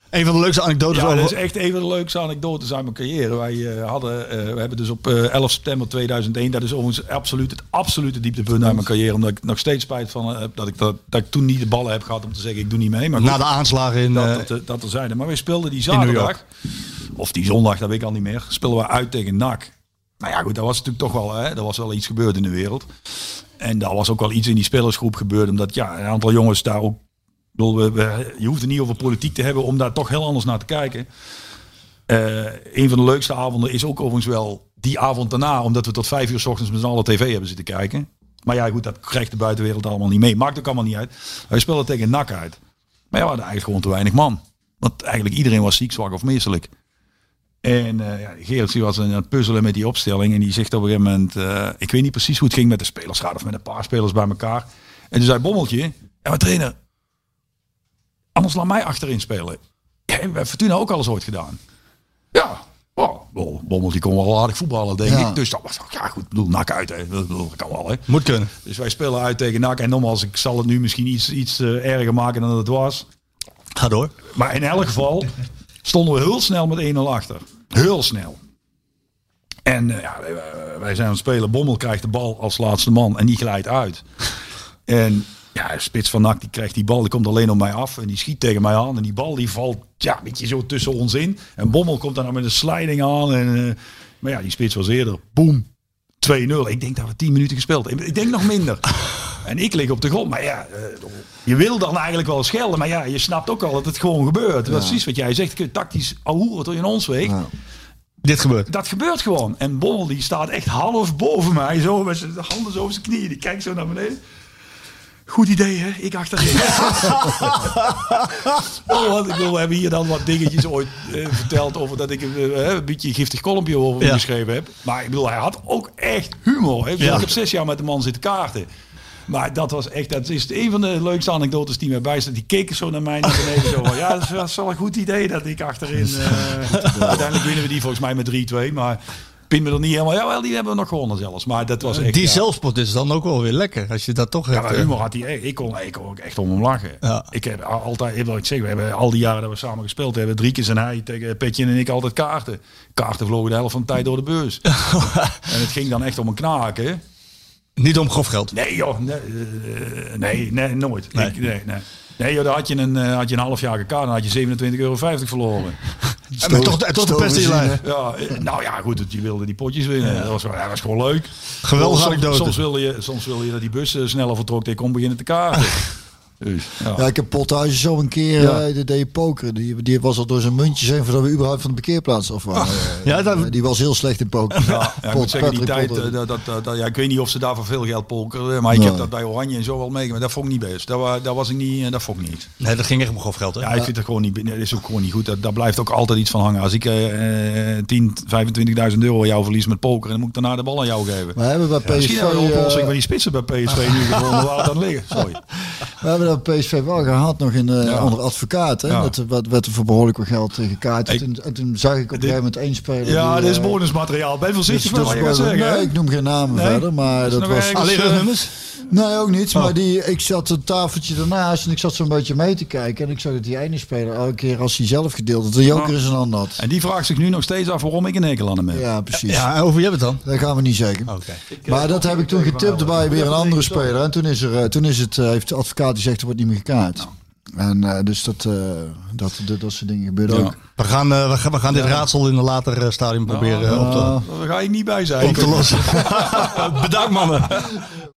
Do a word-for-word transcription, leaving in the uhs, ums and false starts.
Een van de leukste anekdotes Ja, over... dat is echt een van de leukste anekdotes uit mijn carrière. Wij uh, hadden, uh, we hebben dus op uh, elf september tweeduizend één, dat is overigens absoluut het absolute dieptepunt uit mijn carrière, omdat ik nog steeds spijt van heb uh, dat ik dat, dat ik toen niet de ballen heb gehad om te zeggen ik doe niet mee. Maar goed, na de aanslagen in... Dat, Uh, dat, dat er zeiden. Maar wij speelden die zaterdag, of die zondag, dat weet ik al niet meer, speelden we uit tegen N A C. Nou ja goed, dat was natuurlijk toch wel, hè, dat was wel iets gebeurd in de wereld. En daar was ook wel iets in die spelersgroep gebeurd, omdat ja, een aantal jongens daar ook... We, we, je hoeft het niet over politiek te hebben om daar toch heel anders naar te kijken. Uh, een van de leukste avonden is ook overigens wel die avond daarna, omdat we tot vijf uur 's ochtends met z'n allen tv hebben zitten kijken. Maar ja, goed, dat krijgt de buitenwereld allemaal niet mee. Maakt ook allemaal niet uit. Wij speelden tegen N A C uit. Maar ja, we hadden eigenlijk gewoon te weinig man. Want eigenlijk iedereen was ziek, zwak of misselijk. En uh, ja, Gerrit was aan het puzzelen met die opstelling. En die zegt op een gegeven moment, uh, ik weet niet precies hoe het ging met de spelersraad of met een paar spelers bij elkaar. En toen zei Bommeltje, ja maar trainer, anders laat mij achterin spelen. Ja, we hebben Fortuna ook alles ooit gedaan. Ja, oh, Bommeltje kon wel aardig voetballen, denk ja. ik. Dus dat was ja goed, ik bedoel, N A C uit, hè. Dat, dat kan wel, hè. Moet kunnen. Dus wij spelen uit tegen N A C. En nogmaals, ik zal het nu misschien iets, iets uh, erger maken dan het was. Ga door. Maar in elk geval stonden we heel snel met één nul achter. Heel snel. En uh, ja, wij zijn aan het spelen. Bommel krijgt de bal als laatste man en die glijdt uit. En ja, spits van N A C die krijgt die bal, die komt alleen op mij af en die schiet tegen mij aan. En die bal die valt ja, een beetje zo tussen ons in. En Bommel komt dan met een sliding aan. En, uh, maar ja, die spits was eerder. Boom. twee nul. Ik denk dat we tien minuten gespeeld hebben. Ik denk nog minder. En ik lig op de grond. Maar ja, uh, je wil dan eigenlijk wel schelden. Maar ja, je snapt ook al dat het gewoon gebeurt. Ja. Dat is precies wat jij zegt. Kun je tactisch ahoeren tot je in ons weegt. Ja. Dit gebeurt. Dat gebeurt gewoon. En Bommel die staat echt half boven mij. Zo met zijn handen zo over zijn knieën. Die kijkt zo naar beneden. Goed idee, hè? Ik achterin. oh, want ik wil, we hebben hier dan wat dingetjes ooit uh, verteld over dat ik uh, een beetje een giftig kolompje over ja. geschreven heb. Maar ik bedoel, hij had ook echt humor. Hè? Ja. Ik heb zes jaar met de man zitten kaarten. Maar dat was echt, dat is een van de leukste anekdotes die mij bijstaat. Die keken zo naar mij naar beneden. Zo van, ja, dat is, dat is wel een goed idee dat ik achterin... Uh, uiteindelijk winnen we die volgens mij met drie twee, maar... Pin me er niet helemaal. Ja, wel, die hebben we nog gewonnen zelfs. Maar dat was echt. Die ja. zelfspot is dan ook wel weer lekker. Als je dat toch ja, hebt. Maar humor had hij. Ik kon, ik kon ook echt om hem lachen. Ja. Ik heb altijd, ik wil ik zeggen, we hebben al die jaren dat we samen gespeeld hebben, Driekes en hij tegen Petje en ik altijd kaarten. Kaarten vlogen de helft van de tijd door de beurs. En het ging dan echt om een knaken. Niet om grof geld. Nee, joh. Nee, uh, nee, nee, nooit. Nee, ik, nee, nee. Nee, joh, daar had je een, uh, had je een half jaar gekaart, dan had je zevenentwintig euro vijftig verloren. En maar toch, toch de pest in je lijn. Ja, nou ja, goed, je wilde die potjes winnen. Ja. Dat, was, dat was gewoon leuk. Geweldig anekdote. Soms, soms wilde je, soms wilde je dat die bus sneller vertrok, dat je kon beginnen te kaarten. Dus, ja. ja, ik heb Pothuizen zo een keer ja. uh, de deed poker. Die, die was al door zijn muntjes heen voordat we überhaupt van de parkeerplaats af waren. Ah. Ja, dat... Die was heel slecht in poker. Ja, ja, ik moet zeggen, die tijd, uh, dat, dat, dat, ja, ik weet niet of ze daar voor veel geld pokerden, maar ik nee. heb dat bij Oranje en zo wel meegemaakt. Dat vond ik niet best. Dat, was, dat was ik niet, dat vond ik niet. Nee, dat ging echt om grof geld, hè? Ja, ik vind het gewoon niet, dat is ook gewoon niet goed. Dat, daar blijft ook altijd iets van hangen. Als ik uh, tien, vijfentwintigduizend euro jou verlies met poker, dan moet ik daarna de bal aan jou geven. We hebben bij P S V... Ja, misschien hebben we de oplossing van die spitsen bij P S V nu gevonden waar het aan liggen. Sorry. We hebben dat P S V wel gehad nog in uh, ja. onder advocaat. Hè? Ja. Dat werd, werd er voor behoorlijk wat geld gekaart. En, en toen zag ik op een gegeven moment één speler. Ja, die, dit is bonusmateriaal. Ben voorzichtig met wat je gaat zeggen. Nee, ik noem geen namen nee. verder. Maar dat, dat was alleen uh, nummers. Nee, ook niet. Oh. Maar die, ik zat een tafeltje ernaast en ik zat zo'n beetje mee te kijken. En ik zag dat die ene speler elke keer als hij zelf gedeeld had, de joker is een ander had. En die vraagt zich nu nog steeds af waarom ik een hekel aan hem heb. Ja, precies. Ja, over je hebt het dan? Dat gaan we niet zeggen. Okay. Maar dat heb ik toen getipt bij weer een andere speler. En toen is er, toen is het, heeft de advocaat die zegt er wordt niet meer gekaart. Nou. En uh, dus dat, uh, dat, dat, dat soort dingen gebeuren ja. ook. We gaan, uh, we gaan, we gaan dit ja. raadsel in een later uh, stadium proberen ja, op te... Daar ga ik niet bij zijn. Op te lossen. Bedankt mannen.